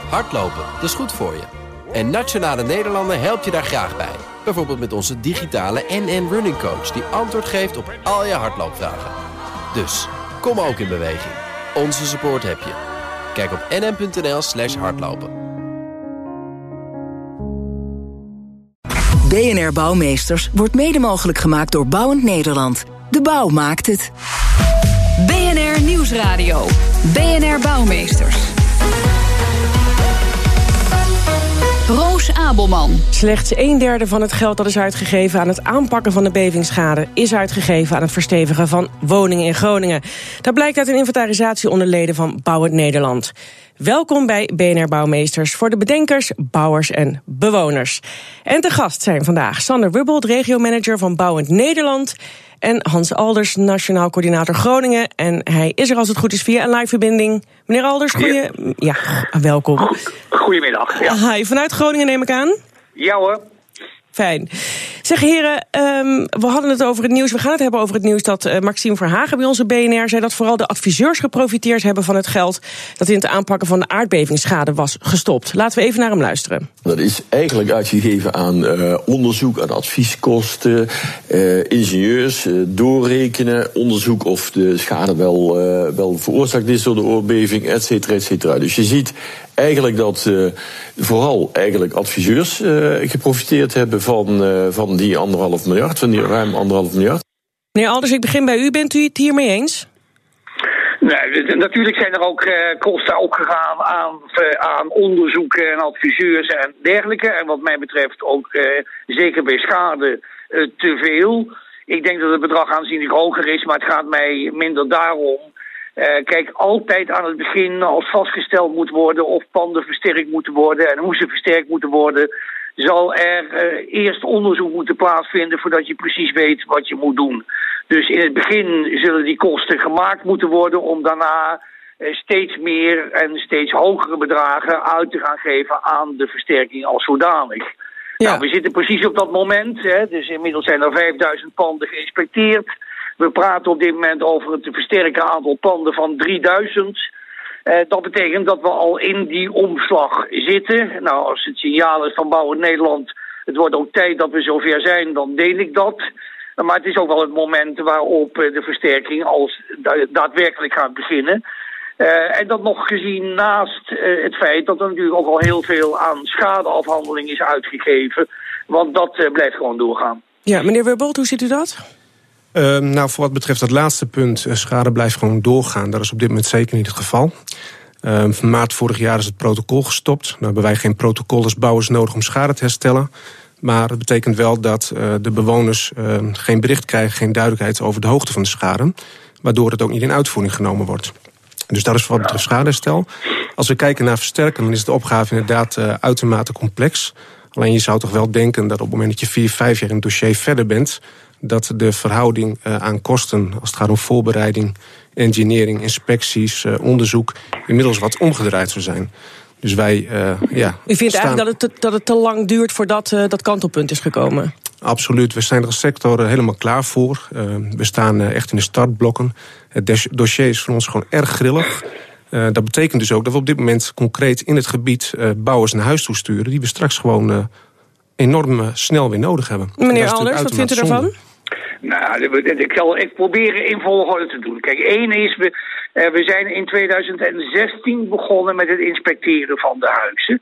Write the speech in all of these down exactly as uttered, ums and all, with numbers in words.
Hardlopen, dat is goed voor je. En Nationale Nederlanden helpt je daar graag bij. Bijvoorbeeld met onze digitale N N Running Coach... die antwoord geeft op al je hardloopvragen. Dus, kom ook in beweging. Onze support heb je. Kijk op nn.nl slash hardlopen. B N R Bouwmeesters wordt mede mogelijk gemaakt door Bouwend Nederland. De bouw maakt het. B N R Nieuwsradio. B N R Bouwmeesters. Roos Abelman. Slechts een derde van het geld dat is uitgegeven aan het aanpakken van de bevingsschade is uitgegeven aan het verstevigen van woningen in Groningen. Dat blijkt uit een inventarisatie onder leden van Bouwend Nederland. Welkom bij B N R Bouwmeesters voor de bedenkers, bouwers en bewoners. En te gast zijn vandaag Sander Wubbelt, regiomanager van Bouwend Nederland, en Hans Alders, Nationaal Coördinator Groningen. En hij is er als het goed is via een live-verbinding. Meneer Alders, goeie... ja. ja, welkom. Goedemiddag. Ja. Hi, vanuit Groningen neem ik aan? Ja hoor. Fijn. Zeg heren, um, we hadden het over het nieuws. We gaan het hebben over het nieuws dat uh, Maxime Verhagen bij onze B N R zei dat vooral de adviseurs geprofiteerd hebben van het geld dat in het aanpakken van de aardbevingsschade was gestopt. Laten we even naar hem luisteren. Dat is eigenlijk uitgegeven aan uh, onderzoek, aan advieskosten, uh, ingenieurs, uh, doorrekenen, onderzoek of de schade wel, uh, wel veroorzaakt is door de aardbeving, et cetera, et cetera. Dus je ziet eigenlijk dat uh, vooral eigenlijk adviseurs uh, geprofiteerd hebben van, uh, van die anderhalf miljard, van die ruim anderhalf miljard. Meneer Alders, ik begin bij u. Bent u het hiermee eens? Nee, natuurlijk zijn er ook uh, kosten opgegaan aan, uh, aan onderzoeken en adviseurs en dergelijke. En wat mij betreft ook uh, zeker bij schade uh, te veel. Ik denk dat het bedrag aanzienlijk hoger is, maar het gaat mij minder daarom. Uh, kijk, altijd aan het begin als vastgesteld moet worden of panden versterkt moeten worden en hoe ze versterkt moeten worden, zal er uh, eerst onderzoek moeten plaatsvinden voordat je precies weet wat je moet doen. Dus in het begin zullen die kosten gemaakt moeten worden om daarna uh, steeds meer en steeds hogere bedragen uit te gaan geven aan de versterking als zodanig. Ja. Nou, we zitten precies op dat moment, hè, dus inmiddels zijn er vijfduizend panden geïnspecteerd. We praten op dit moment over het versterken aantal panden van drieduizend. Uh, dat betekent dat we al in die omslag zitten. Nou, als het signaal is van Bouwend Nederland, het wordt ook tijd dat we zover zijn, dan deel ik dat. Uh, maar het is ook wel het moment waarop uh, de versterking als da- daadwerkelijk gaat beginnen. Uh, en dat nog gezien naast uh, het feit dat er natuurlijk ook al heel veel aan schadeafhandeling is uitgegeven. Want dat uh, blijft gewoon doorgaan. Ja, meneer Wubbelt, hoe ziet u dat? Uh, nou, voor wat betreft dat laatste punt, uh, schade blijft gewoon doorgaan. Dat is op dit moment zeker niet het geval. Uh, van maart vorig jaar is het protocol gestopt. Nou hebben wij geen protocol als bouwers nodig om schade te herstellen. Maar het betekent wel dat uh, de bewoners uh, geen bericht krijgen, geen duidelijkheid over de hoogte van de schade. Waardoor het ook niet in uitvoering genomen wordt. Dus dat is voor wat betreft schadeherstel. Als we kijken naar versterken, dan is de opgave inderdaad uh, uitermate complex. Alleen je zou toch wel denken dat op het moment dat je vier, vijf jaar in het dossier verder bent, dat de verhouding uh, aan kosten, als het gaat om voorbereiding, engineering, inspecties, uh, onderzoek, inmiddels wat omgedraaid zou zijn. Dus wij, uh, ja. U vindt staan... eigenlijk dat het, te, dat het te lang duurt voordat uh, dat kantelpunt is gekomen? Absoluut, we zijn er als sector uh, helemaal klaar voor. Uh, we staan uh, echt in de startblokken. Het des- dossier is voor ons gewoon erg grillig. Uh, dat betekent dus ook dat we op dit moment concreet in het gebied uh, bouwers naar huis toe sturen, die we straks gewoon uh, enorm uh, snel weer nodig hebben. Meneer Alders, wat vindt u daarvan? Nou, ik zal even proberen in volgorde te doen. Kijk, één is, we, uh, we zijn in tweeduizend zestien begonnen met het inspecteren van de huizen.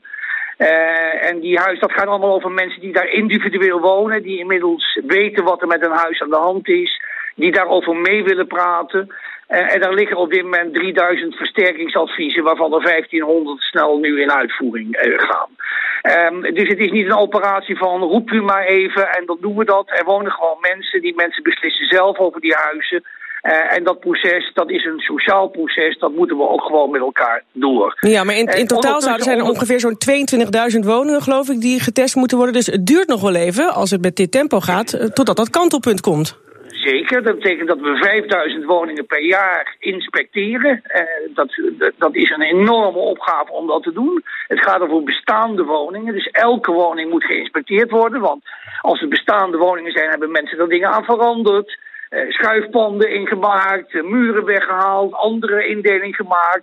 Uh, en die huis, dat gaat allemaal over mensen die daar individueel wonen, die inmiddels weten wat er met een huis aan de hand is, die daarover mee willen praten. Uh, en daar liggen op dit moment drieduizend versterkingsadviezen, waarvan er vijftienhonderd snel nu in uitvoering uh, gaan. Um, dus het is niet een operatie van roep u maar even en dan doen we dat. Er wonen gewoon mensen, die mensen beslissen zelf over die huizen. Uh, en dat proces, dat is een sociaal proces, dat moeten we ook gewoon met elkaar door. Ja, maar in, in totaal zouden zijn er ongeveer zo'n tweeëntwintigduizend woningen, geloof ik, die getest moeten worden. Dus het duurt nog wel even, als het met dit tempo gaat, uh, totdat dat kantelpunt komt. Zeker, dat betekent dat we vijfduizend woningen per jaar inspecteren. Uh, dat, dat is een enorme opgave om dat te doen. Het gaat over bestaande woningen, dus elke woning moet geïnspecteerd worden. Want als het bestaande woningen zijn, hebben mensen er dingen aan veranderd. Uh, schuifpanden ingemaakt, uh, muren weggehaald, andere indeling gemaakt.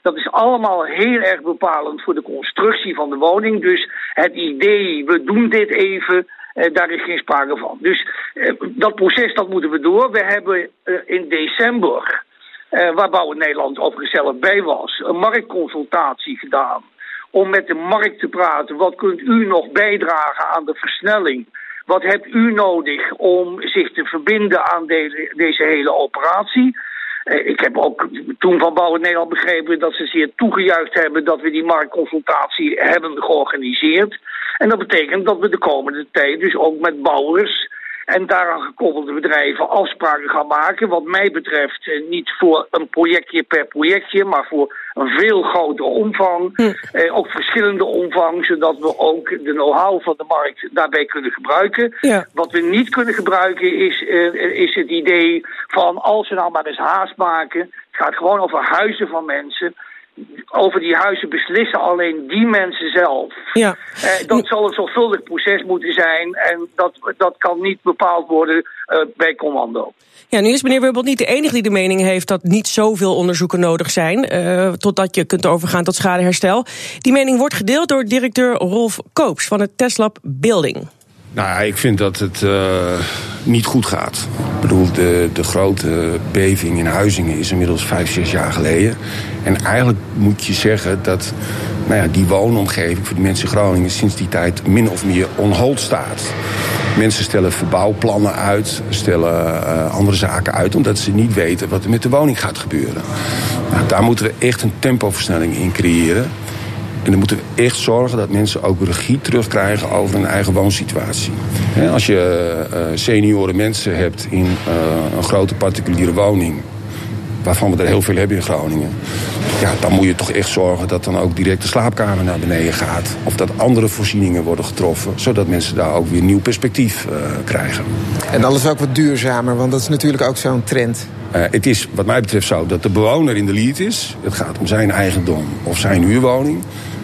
Dat is allemaal heel erg bepalend voor de constructie van de woning. Dus het idee, we doen dit even, uh, daar is geen sprake van. Dus uh, dat proces, dat moeten we door. We hebben uh, in december, uh, waar Bouwend Nederland overigens zelf bij was, een marktconsultatie gedaan om met de markt te praten. Wat kunt u nog bijdragen aan de versnelling? Wat hebt u nodig om zich te verbinden aan de, deze hele operatie? Uh, ik heb ook toen van Bouwend Nederland begrepen dat ze zeer toegejuicht hebben dat we die marktconsultatie hebben georganiseerd. En dat betekent dat we de komende tijd dus ook met bouwers en daaraan gekoppelde bedrijven afspraken gaan maken. Wat mij betreft uh, niet voor een projectje per projectje, maar voor een veel grotere omvang. Hm. Uh, ook verschillende omvang, zodat we ook de know-how van de markt daarbij kunnen gebruiken. Ja. Wat we niet kunnen gebruiken is, uh, is het idee van als we nou maar eens haast maken. Het gaat gewoon over huizen van mensen. Over die huizen beslissen alleen die mensen zelf. Ja. Eh, dat zal een zorgvuldig proces moeten zijn. En dat, dat kan niet bepaald worden uh, bij commando. Ja, nu is meneer Wibbelt niet de enige die de mening heeft dat niet zoveel onderzoeken nodig zijn, uh, totdat je kunt overgaan tot schadeherstel. Die mening wordt gedeeld door directeur Rolf Koops van het Testlab Building. Nou ja, ik vind dat het uh, niet goed gaat. Ik bedoel, de, de grote beving in Huizingen is inmiddels vijf, zes jaar geleden. En eigenlijk moet je zeggen dat nou ja, die woonomgeving voor de mensen in Groningen sinds die tijd min of meer on hold staat. Mensen stellen verbouwplannen uit, stellen uh, andere zaken uit, omdat ze niet weten wat er met de woning gaat gebeuren. Nou, daar moeten we echt een tempoversnelling in creëren. En dan moeten we echt zorgen dat mensen ook regie terugkrijgen over hun eigen woonsituatie. He, als je uh, senioren mensen hebt in uh, een grote particuliere woning, waarvan we er heel veel hebben in Groningen, ja, dan moet je toch echt zorgen dat dan ook direct de slaapkamer naar beneden gaat. Of dat andere voorzieningen worden getroffen, zodat mensen daar ook weer nieuw perspectief uh, krijgen. En alles ook wat duurzamer, want dat is natuurlijk ook zo'n trend. Uh, het is wat mij betreft zo dat de bewoner in de lead is. Het gaat om zijn eigendom of zijn huurwoning.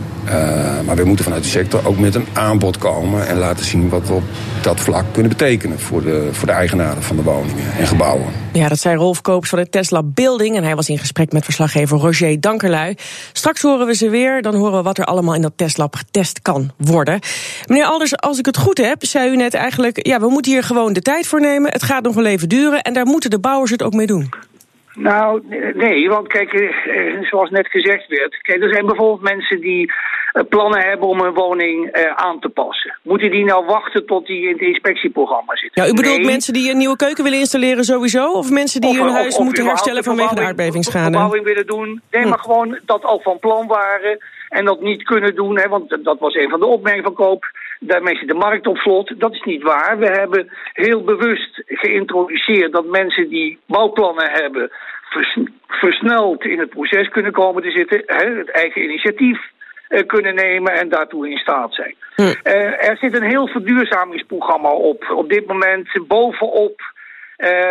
Uh, maar we moeten vanuit de sector ook met een aanbod komen en laten zien wat we op dat vlak kunnen betekenen voor de, voor de eigenaren van de woningen en gebouwen. Ja, dat zei Rolf Koops van het Testlab Building en hij was in gesprek met verslaggever Roger Dankerlui. Straks horen we ze weer, dan horen we wat er allemaal in dat testlab getest kan worden. Meneer Alders, als ik het goed heb, zei u net eigenlijk, ja, we moeten hier gewoon de tijd voor nemen. Het gaat nog wel even duren en daar moeten de bouwers het ook mee doen. Nou, nee, want kijk, zoals net gezegd werd, kijk, er zijn bijvoorbeeld mensen die plannen hebben om hun woning uh, aan te passen. Moeten die nou wachten tot die in het inspectieprogramma zitten? Ja, u bedoelt nee. mensen die een nieuwe keuken willen installeren sowieso? Of mensen die of, hun of, huis of, moeten of herstellen vanwege de aardbevingsschade? Of verbouwing willen doen. Nee, hm. maar gewoon dat al van plan waren en dat niet kunnen doen. Hè, want dat was een van de opmerkingen van Koop. Daarmee zit de markt op slot. Dat is niet waar. We hebben heel bewust geïntroduceerd dat mensen die bouwplannen hebben versneld in het proces kunnen komen te zitten, hè, het eigen initiatief uh, kunnen nemen en daartoe in staat zijn. Hm. Uh, er zit een heel verduurzamingsprogramma op. Op dit moment bovenop uh, uh,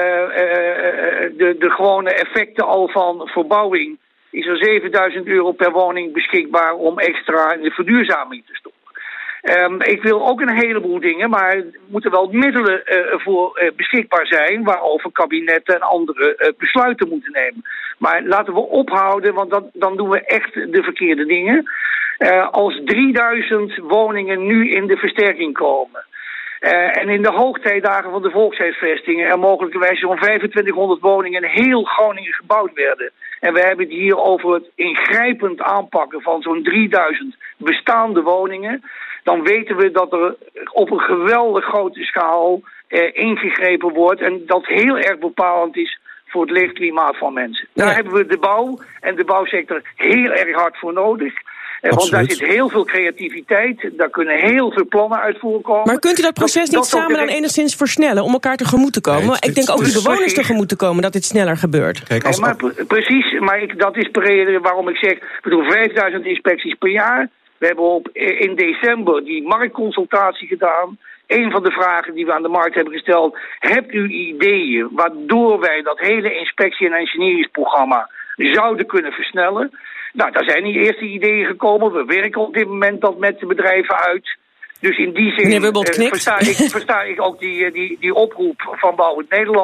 de, de gewone effecten al van verbouwing is er zevenduizend euro per woning beschikbaar om extra in de verduurzaming te stoppen. Um, ik wil ook een heleboel dingen, maar er moeten wel middelen uh, voor uh, beschikbaar zijn waarover kabinetten en andere uh, besluiten moeten nemen. Maar laten we ophouden, want dat, dan doen we echt de verkeerde dingen. Uh, als drieduizend woningen nu in de versterking komen uh, en in de hoogtijdagen van de volkshuisvestingen er mogelijkerwijs zo'n vijfentwintighonderd woningen in heel Groningen gebouwd werden. En we hebben het hier over het ingrijpend aanpakken van zo'n drieduizend bestaande woningen. Dan weten we dat er op een geweldig grote schaal eh, ingegrepen wordt. En dat heel erg bepalend is voor het leefklimaat van mensen. Ja. Daar hebben we de bouw en de bouwsector heel erg hard voor nodig. Eh, want daar zit heel veel creativiteit. Daar kunnen heel veel plannen uit voorkomen. Maar kunt u dat proces dat, niet dat samen dan enigszins versnellen om elkaar tegemoet te komen? Nee, ik denk ook de bewoners tegemoet te komen dat dit sneller gebeurt. Kijk, als... nee, maar precies, maar ik, dat is de reden waarom ik zeg, ik bedoel vijfduizend inspecties per jaar. We hebben op, in december die marktconsultatie gedaan. Een van de vragen die we aan de markt hebben gesteld, hebt u ideeën waardoor wij dat hele inspectie- en engineeringsprogramma zouden kunnen versnellen? Nou, daar zijn die eerste ideeën gekomen. We werken op dit moment dat met de bedrijven uit. Dus in die zin uh, versta, ik, versta ik ook die, die, die oproep van Bouwend Nederland.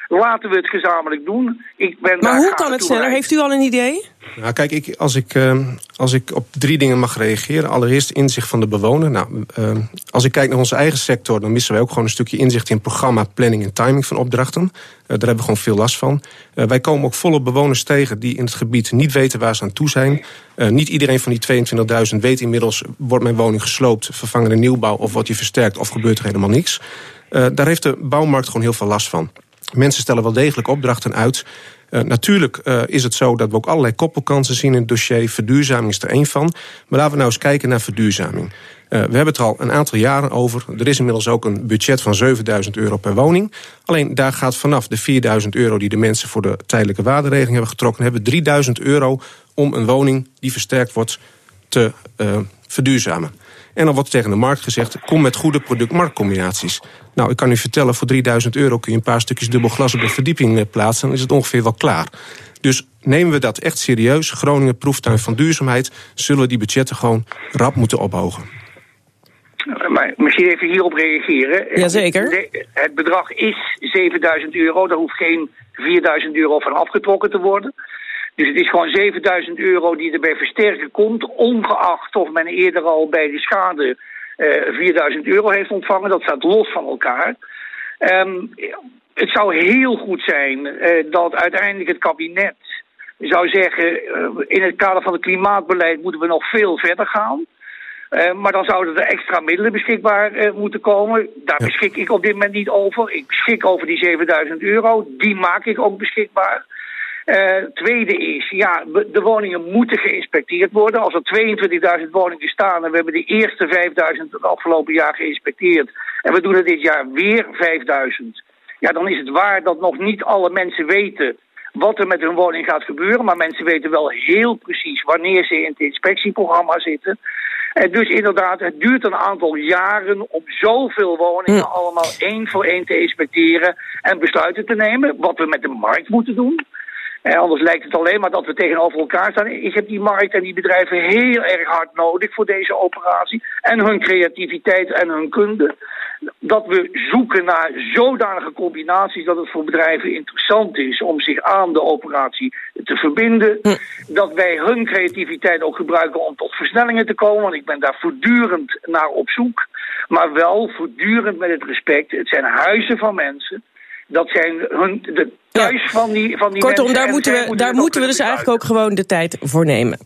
laten we het gezamenlijk doen. Ik ben maar daar hoe kan het sneller? bereid. Heeft u al een idee? Nou, kijk, ik, als, ik, uh, als ik op drie dingen mag reageren. Allereerst inzicht van de bewoner. Nou, uh, als ik kijk naar onze eigen sector, dan missen wij ook gewoon een stukje inzicht in programma, planning en timing van opdrachten. Uh, daar hebben we gewoon veel last van. Uh, wij komen ook volop bewoners tegen die in het gebied niet weten waar ze aan toe zijn. Uh, niet iedereen van die tweeëntwintigduizend weet inmiddels, wordt mijn woning gesloopt, vervangen in nieuwbouw of wordt die versterkt of gebeurt er helemaal niks. Uh, daar heeft de bouwmarkt gewoon heel veel last van. Mensen stellen wel degelijk opdrachten uit. Uh, natuurlijk uh, is het zo dat we ook allerlei koppelkansen zien in het dossier. Verduurzaming is er één van. Maar laten we nou eens kijken naar verduurzaming. Uh, we hebben het er al een aantal jaren over. Er is inmiddels ook een budget van zevenduizend euro per woning. Alleen daar gaat vanaf de vierduizend euro die de mensen voor de tijdelijke waarderegeling hebben getrokken, hebben we drieduizend euro om een woning die versterkt wordt te uh, verduurzamen. En dan wordt tegen de markt gezegd, kom met goede product-marktcombinaties. Nou, ik kan u vertellen, voor drieduizend euro kun je een paar stukjes dubbel glas op de verdieping plaatsen. Dan is het ongeveer wel klaar. Dus nemen we dat echt serieus, Groningen proeftuin van duurzaamheid, zullen we die budgetten gewoon rap moeten ophogen. Maar misschien even hierop reageren. Jazeker. Het bedrag is zevenduizend euro, daar hoeft geen vierduizend euro van afgetrokken te worden. Dus het is gewoon zevenduizend euro die er bij versterken komt, ongeacht of men eerder al bij de schade uh, vierduizend euro heeft ontvangen. Dat staat los van elkaar. Um, het zou heel goed zijn uh, dat uiteindelijk het kabinet zou zeggen, uh, in het kader van het klimaatbeleid moeten we nog veel verder gaan. Uh, maar dan zouden er extra middelen beschikbaar uh, moeten komen. Daar beschik ik op dit moment niet over. Ik beschik over die zevenduizend euro. Die maak ik ook beschikbaar. Uh, tweede is, ja, de woningen moeten geïnspecteerd worden. Als er tweeëntwintigduizend woningen staan en we hebben de eerste vijfduizend het afgelopen jaar geïnspecteerd en we doen er dit jaar weer vijfduizend. Ja, dan is het waar dat nog niet alle mensen weten wat er met hun woning gaat gebeuren. Maar mensen weten wel heel precies wanneer ze in het inspectieprogramma zitten. En dus inderdaad, het duurt een aantal jaren om zoveel woningen hm. allemaal één voor één te inspecteren en besluiten te nemen. Wat we met de markt moeten doen. En anders lijkt het alleen maar dat we tegenover elkaar staan. Ik heb die markt en die bedrijven heel erg hard nodig voor deze operatie. En hun creativiteit en hun kunde. Dat we zoeken naar zodanige combinaties dat het voor bedrijven interessant is om zich aan de operatie te verbinden. Hm. Dat wij hun creativiteit ook gebruiken om tot versnellingen te komen. Want ik ben daar voortdurend naar op zoek. Maar wel voortdurend met het respect. Het zijn huizen van mensen. Dat zijn hun, de thuis ja. van die, van die Kortom, mensen. daar moeten we, moeten daar moeten we dus eigenlijk ook gewoon de tijd voor nemen.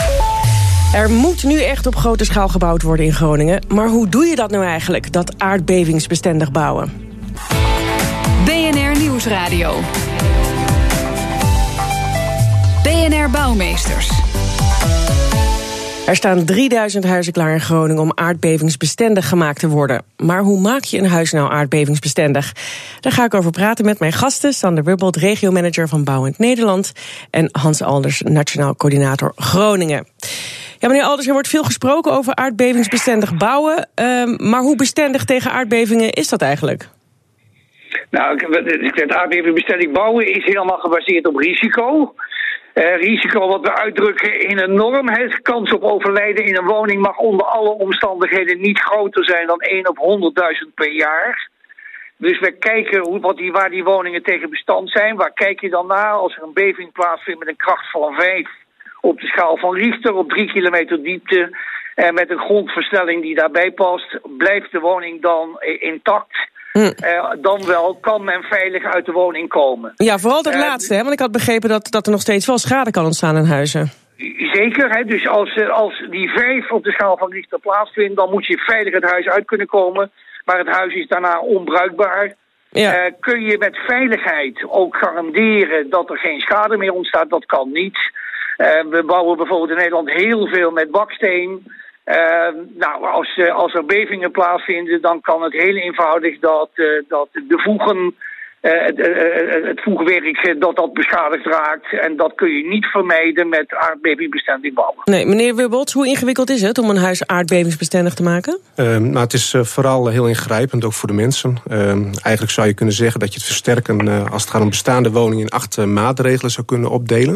Er moet nu echt op grote schaal gebouwd worden in Groningen. Maar hoe doe je dat nou eigenlijk, dat aardbevingsbestendig bouwen? B N R Nieuwsradio. B N R Bouwmeesters. Er staan drieduizend huizen klaar in Groningen om aardbevingsbestendig gemaakt te worden. Maar hoe maak je een huis nou aardbevingsbestendig? Daar ga ik over praten met mijn gasten. Sander Wubbold, regiomanager van Bouwend Nederland. En Hans Alders, nationaal coördinator Groningen. Ja, meneer Alders, er wordt veel gesproken over aardbevingsbestendig bouwen. Um, maar hoe bestendig tegen aardbevingen is dat eigenlijk? Nou, het aardbevingsbestendig bouwen is helemaal gebaseerd op risico. Uh, risico wat we uitdrukken in een norm. De kans op overlijden in een woning mag onder alle omstandigheden niet groter zijn dan één op honderdduizend per jaar. Dus we kijken hoe, wat die, waar die woningen tegen bestand zijn. Waar kijk je dan naar als er een beving plaatsvindt met een kracht van vijf op de schaal van Richter op drie kilometer diepte en met een grondversnelling die daarbij past, blijft de woning dan intact? Hm. Uh, dan wel kan men veilig uit de woning komen. Ja, vooral dat uh, laatste, hè? Want ik had begrepen dat, dat er nog steeds wel schade kan ontstaan in huizen. Zeker, hè? Dus als, als die vijf op de schaal van Richter plaatsvindt, dan moet je veilig het huis uit kunnen komen. Maar het huis is daarna onbruikbaar. Ja. Uh, kun je met veiligheid ook garanderen dat er geen schade meer ontstaat? Dat kan niet. Uh, we bouwen bijvoorbeeld in Nederland heel veel met baksteen. Uh, nou, als, uh, als er bevingen plaatsvinden, dan kan het heel eenvoudig dat, uh, dat de voegen, uh, het, uh, het voegwerk, uh, dat dat beschadigd raakt. En dat kun je niet vermijden met aardbevingsbestendig bouwen. Nee, meneer Wubbold, hoe ingewikkeld is het om een huis aardbevingsbestendig te maken? Uh, nou, het is uh, vooral heel ingrijpend, ook voor de mensen. Uh, eigenlijk zou je kunnen zeggen dat je het versterken, uh, als het gaat om bestaande woningen, in acht uh, maatregelen zou kunnen opdelen.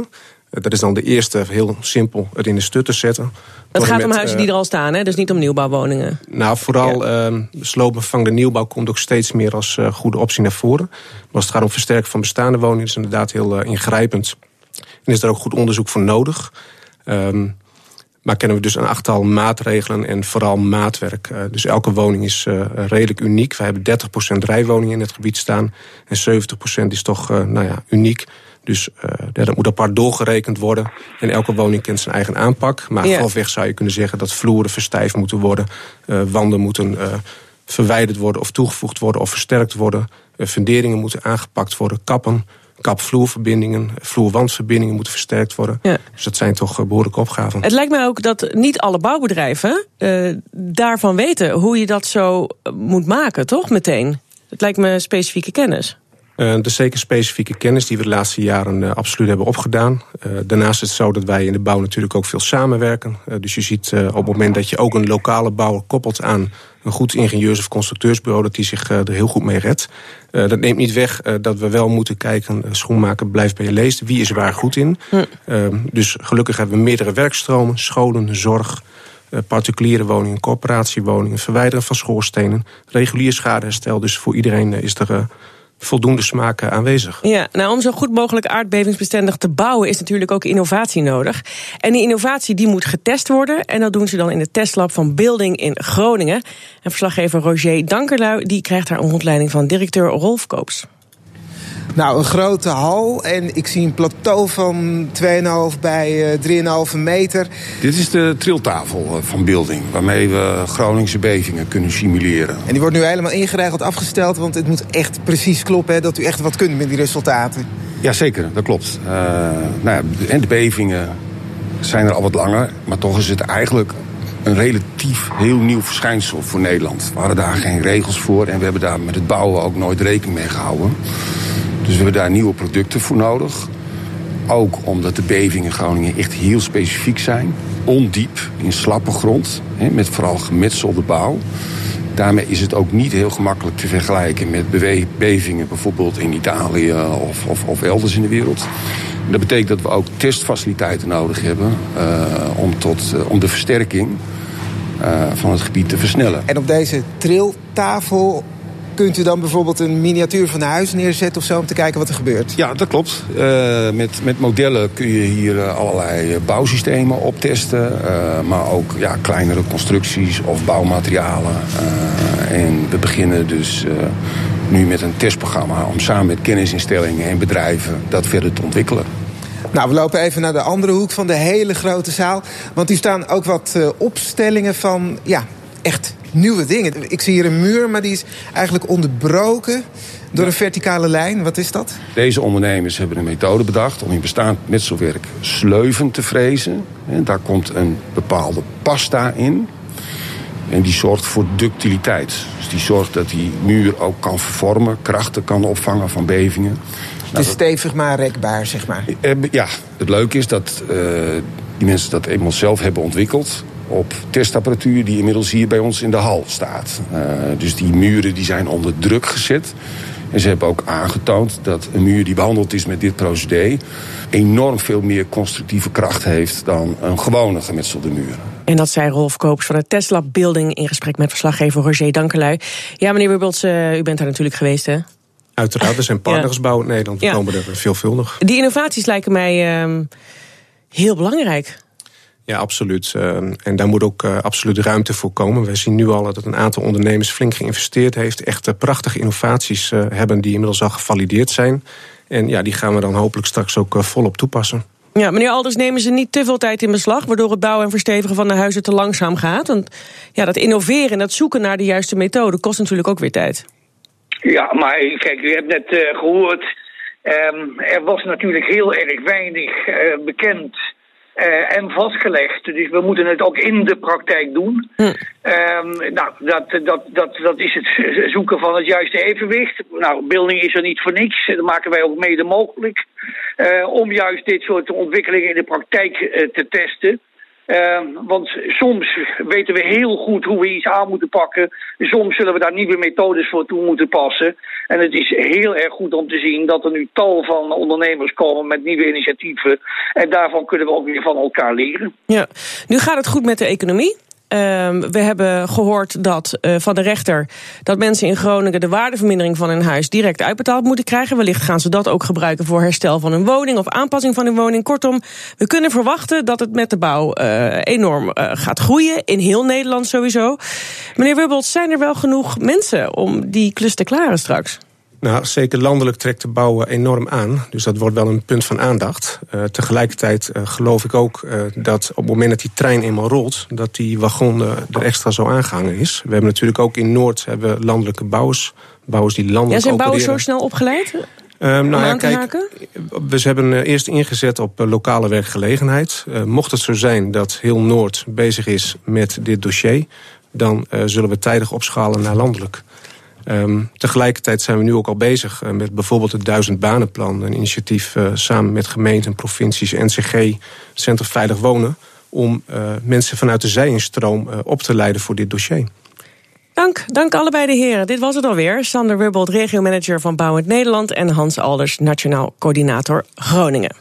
Uh, dat is dan de eerste, heel simpel, het in de stut te zetten. Het gaat met, om huizen uh, die er al staan, hè? Dus niet om nieuwbouwwoningen. Nou, vooral ja. uh, sloopvervangde nieuwbouw komt ook steeds meer als uh, goede optie naar voren. Maar als het gaat om versterken van bestaande woningen, is het inderdaad heel uh, ingrijpend. En is er ook goed onderzoek voor nodig. Um, maar kennen we dus een achttal maatregelen en vooral maatwerk. Uh, dus elke woning is uh, redelijk uniek. We hebben dertig procent rijwoningen in het gebied staan. En zeventig procent is toch uh, nou ja, uniek. Dus uh, dat moet apart doorgerekend worden. En elke woning kent zijn eigen aanpak. Maar ja. grofweg zou je kunnen zeggen dat vloeren verstijfd moeten worden. Uh, wanden moeten uh, verwijderd worden of toegevoegd worden of versterkt worden. Uh, funderingen moeten aangepakt worden, kappen. Kapvloerverbindingen, vloerwandverbindingen moeten versterkt worden. Ja. Dus dat zijn toch behoorlijke opgaven. Het lijkt mij ook dat niet alle bouwbedrijven uh, daarvan weten hoe je dat zo moet maken, toch? Meteen. Het lijkt me specifieke kennis. Uh, dat is zeker specifieke kennis die we de laatste jaren uh, absoluut hebben opgedaan. Uh, daarnaast is het zo dat wij in de bouw natuurlijk ook veel samenwerken. Uh, dus je ziet uh, op het moment dat je ook een lokale bouwer koppelt aan een goed ingenieurs- of constructeursbureau, dat die zich uh, er heel goed mee redt. Uh, dat neemt niet weg uh, dat we wel moeten kijken, uh, schoenmaker blijft bij je leest. Wie is waar goed in? Hm. Uh, dus gelukkig hebben we meerdere werkstromen, scholen, zorg, uh, particuliere woningen, corporatiewoningen, verwijderen van schoorstenen, regulier schadeherstel. Dus voor iedereen uh, is er Uh, voldoende smaak aanwezig. Ja, nou, om zo goed mogelijk aardbevingsbestendig te bouwen is natuurlijk ook innovatie nodig. En die innovatie die moet getest worden. En dat doen ze dan in het testlab van Building in Groningen. En verslaggever Roger Dankerlui die krijgt daar een rondleiding van directeur Rolf Koops. Nou, een grote hal en ik zie een plateau van twee komma vijf bij drie komma vijf meter. Dit is de triltafel van Building, waarmee we Groningse bevingen kunnen simuleren. En die wordt nu helemaal ingeregeld afgesteld, want het moet echt precies kloppen, hè, dat u echt wat kunt met die resultaten. Jazeker, dat klopt. Uh, nou ja, en de bevingen zijn er al wat langer, maar toch is het eigenlijk een relatief heel nieuw verschijnsel voor Nederland. We hadden daar geen regels voor en we hebben daar met het bouwen ook nooit rekening mee gehouden. Dus we hebben daar nieuwe producten voor nodig. Ook omdat de bevingen in Groningen echt heel specifiek zijn. Ondiep, in slappe grond, met vooral gemetselde bouw. Daarmee is het ook niet heel gemakkelijk te vergelijken met bevingen bijvoorbeeld in Italië of, of, of elders in de wereld. En dat betekent dat we ook testfaciliteiten nodig hebben uh, om, tot, uh, om de versterking uh, van het gebied te versnellen. En op deze triltafel kunt u dan bijvoorbeeld een miniatuur van een huis neerzetten of zo om te kijken wat er gebeurt? Ja, dat klopt. Uh, met, met modellen kun je hier uh, allerlei bouwsystemen optesten. Uh, maar ook ja, kleinere constructies of bouwmaterialen. Uh, en we beginnen dus uh, nu met een testprogramma om samen met kennisinstellingen en bedrijven dat verder te ontwikkelen. Nou, we lopen even naar de andere hoek van de hele grote zaal. Want hier staan ook wat uh, opstellingen van, ja, echt nieuwe dingen. Ik zie hier een muur, maar die is eigenlijk onderbroken door een verticale lijn. Wat is dat? Deze ondernemers hebben een methode bedacht om in bestaand metselwerk sleuven te frezen. En daar komt een bepaalde pasta in. En die zorgt voor ductiliteit. Dus die zorgt dat die muur ook kan vervormen, krachten kan opvangen van bevingen. Het is stevig maar rekbaar, zeg maar. Ja, het leuke is dat uh, die mensen dat eenmaal zelf hebben ontwikkeld op testapparatuur die inmiddels hier bij ons in de hal staat. Uh, dus die muren die zijn onder druk gezet. En ze hebben ook aangetoond dat een muur die behandeld is met dit procedé enorm veel meer constructieve kracht heeft dan een gewone gemetselde muur. En dat zei Rolf Koops van het testlab Building in gesprek met verslaggever Roger Dankerlui. Ja, meneer Wibbels, uh, u bent daar natuurlijk geweest, hè? Uiteraard, er zijn partnersbouw in Nederland. We ja. komen er veelvuldig. Die innovaties lijken mij uh, heel belangrijk. Ja, absoluut. Uh, en daar moet ook uh, absoluut ruimte voor komen. We zien nu al dat een aantal ondernemers flink geïnvesteerd heeft. Echt uh, prachtige innovaties uh, hebben die inmiddels al gevalideerd zijn. En ja, die gaan we dan hopelijk straks ook uh, volop toepassen. Ja, meneer Alders, nemen ze niet te veel tijd in beslag, waardoor het bouwen en verstevigen van de huizen te langzaam gaat? Want ja, dat innoveren en dat zoeken naar de juiste methode kost natuurlijk ook weer tijd. Ja, maar kijk, u hebt net uh, gehoord, um, er was natuurlijk heel erg weinig uh, bekend uh, en vastgelegd. Dus we moeten het ook in de praktijk doen. Hm. Um, nou, dat, dat, dat, dat is het zoeken van het juiste evenwicht. Nou, Building is er niet voor niks. Dat maken wij ook mede mogelijk. Uh, om juist dit soort ontwikkelingen in de praktijk uh, te testen. Uh, want soms weten we heel goed hoe we iets aan moeten pakken. Soms zullen we daar nieuwe methodes voor toe moeten passen. En het is heel erg goed om te zien dat er nu tal van ondernemers komen met nieuwe initiatieven. En daarvan kunnen we ook weer van elkaar leren. Ja, nu gaat het goed met de economie. Uh, we hebben gehoord dat uh, van de rechter dat mensen in Groningen de waardevermindering van hun huis direct uitbetaald moeten krijgen. Wellicht gaan ze dat ook gebruiken voor herstel van hun woning of aanpassing van hun woning. Kortom, we kunnen verwachten dat het met de bouw uh, enorm uh, gaat groeien. In heel Nederland sowieso. Meneer Wubbelt, zijn er wel genoeg mensen om die klus te klaren straks? Nou, zeker landelijk trekt de bouw enorm aan. Dus dat wordt wel een punt van aandacht. Uh, tegelijkertijd uh, geloof ik ook uh, dat op het moment dat die trein eenmaal rolt, dat die wagon uh, er extra zo aangehangen is. We hebben natuurlijk ook in Noord hebben we landelijke bouwers. Bouwers die landelijk ja, zijn opereren. bouwers zo snel opgeleid? Um, nou ja, kijk, haken? we hebben uh, eerst ingezet op uh, lokale werkgelegenheid. Uh, mocht het zo zijn dat heel Noord bezig is met dit dossier, dan uh, zullen we tijdig opschalen naar landelijk. Um, tegelijkertijd zijn we nu ook al bezig uh, met bijvoorbeeld het duizend banenplan. Een initiatief uh, samen met gemeenten, provincies, N C G, Centrum Veilig Wonen, om uh, mensen vanuit de zijinstroom uh, op te leiden voor dit dossier. Dank, dank allebei de heren. Dit was het alweer. Sander Wubbelt, regiomanager van Bouwend Nederland, en Hans Alders, Nationaal Coördinator Groningen.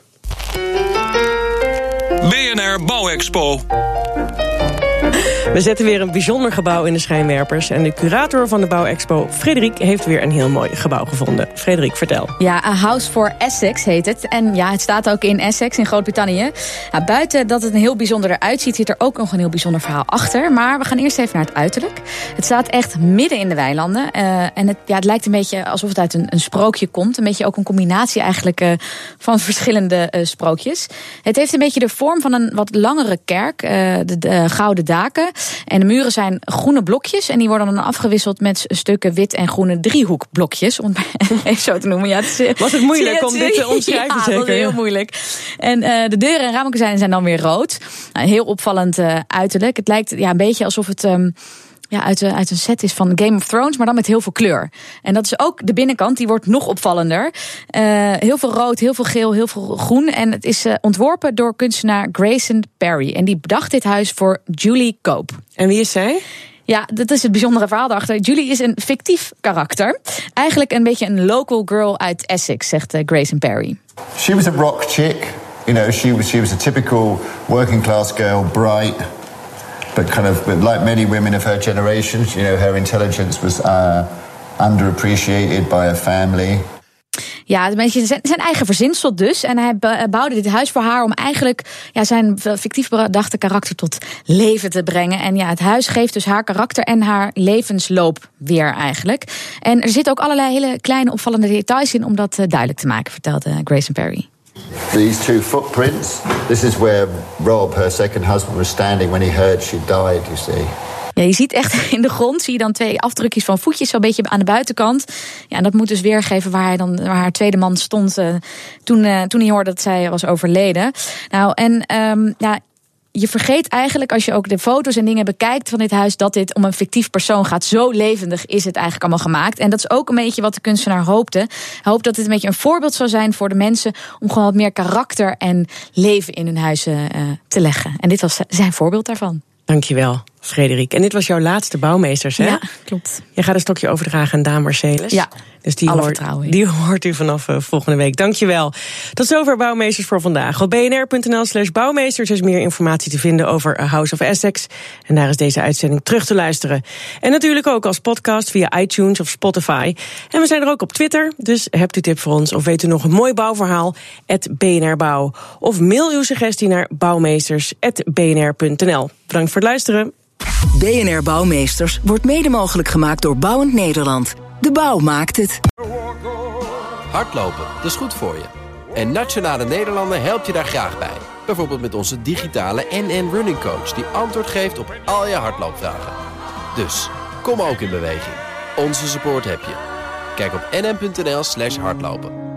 B N R Bouwexpo. We zetten weer een bijzonder gebouw in de schijnwerpers. En de curator van de Bouwexpo, Frederik, heeft weer een heel mooi gebouw gevonden. Frederik, vertel. Ja, A House for Essex heet het. En ja, het staat ook in Essex, in Groot-Brittannië. Ja, buiten dat het een heel bijzonder eruit ziet, zit er ook nog een heel bijzonder verhaal achter. Maar we gaan eerst even naar het uiterlijk. Het staat echt midden in de weilanden. Uh, en het, ja, het lijkt een beetje alsof het uit een, een sprookje komt. Een beetje ook een combinatie eigenlijk uh, van verschillende uh, sprookjes. Het heeft een beetje de vorm van een wat langere kerk. Uh, de, de gouden daken. En de muren zijn groene blokjes. En die worden dan afgewisseld met stukken wit en groene driehoekblokjes. Om het even zo te noemen. Ja, het is, was het moeilijk om dit te omschrijven? Ja, zeker? dat was heel moeilijk. En uh, de deuren en ramen zijn, zijn dan weer rood. Nou, heel opvallend uh, uiterlijk. Het lijkt ja, een beetje alsof het Um, Ja, uit, de, uit een set is van Game of Thrones, maar dan met heel veel kleur. En dat is ook de binnenkant, die wordt nog opvallender. Uh, heel veel rood, heel veel geel, heel veel groen. En het is uh, ontworpen door kunstenaar Grayson Perry. En die bedacht dit huis voor Julie Cope. En wie is zij? Ja, dat is het bijzondere verhaal daarachter. Julie is een fictief karakter. Eigenlijk een beetje een local girl uit Essex, zegt uh, Grayson Perry. She was a rock chick. You know, she was, she was a typical working class girl, bright. But kind of, like many women of her generation, you know, her intelligence was uh, underappreciated by her family. Ja, een beetje zijn, zijn eigen verzinsel dus. En hij bouwde dit huis voor haar om eigenlijk ja, zijn fictief bedachte karakter tot leven te brengen. En ja, het huis geeft dus haar karakter en haar levensloop weer eigenlijk. En er zitten ook allerlei hele kleine opvallende details in om dat duidelijk te maken, vertelde Grayson Perry. These two footprints, this is where Rob, her second husband, was standing when he heard she died, you see. Ja, je ziet echt in de grond, zie je dan twee afdrukjes van voetjes zo'n beetje aan de buitenkant. Ja, en dat moet dus weergeven waar, hij dan, waar haar tweede man stond uh, toen, uh, toen hij hoorde dat zij was overleden. Nou, en um, ja, je vergeet eigenlijk als je ook de foto's en dingen bekijkt van dit huis dat dit om een fictief persoon gaat. Zo levendig is het eigenlijk allemaal gemaakt. En dat is ook een beetje wat de kunstenaar hoopte. Hij hoopt dat dit een beetje een voorbeeld zou zijn voor de mensen om gewoon wat meer karakter en leven in hun huizen uh, te leggen. En dit was zijn voorbeeld daarvan. Dankjewel, Frederik. En dit was jouw laatste Bouwmeesters, hè? Ja, klopt. Je gaat een stokje overdragen aan Daan Marcelis. Ja, dus die alle hoort, vertrouwen in. Die hoort u vanaf uh, volgende week. Dankjewel. Tot zover Bouwmeesters voor vandaag. Op bnr.nl slash bouwmeesters is meer informatie te vinden over House of Essex. En daar is deze uitzending terug te luisteren. En natuurlijk ook als podcast via iTunes of Spotify. En we zijn er ook op Twitter. Dus hebt u tip voor ons of weet u nog een mooi bouwverhaal? at B N R Bouw. Of mail uw suggestie naar bouwmeesters at b n r punt n l. Bedankt voor het luisteren. B N R Bouwmeesters wordt mede mogelijk gemaakt door Bouwend Nederland. De bouw maakt het. Hardlopen, dat is goed voor je. En Nationale Nederlanden helpt je daar graag bij. Bijvoorbeeld met onze digitale N N Running Coach, die antwoord geeft op al je hardloopvragen. Dus, kom ook in beweging. Onze support heb je. Kijk op n n punt n l slash hardlopen.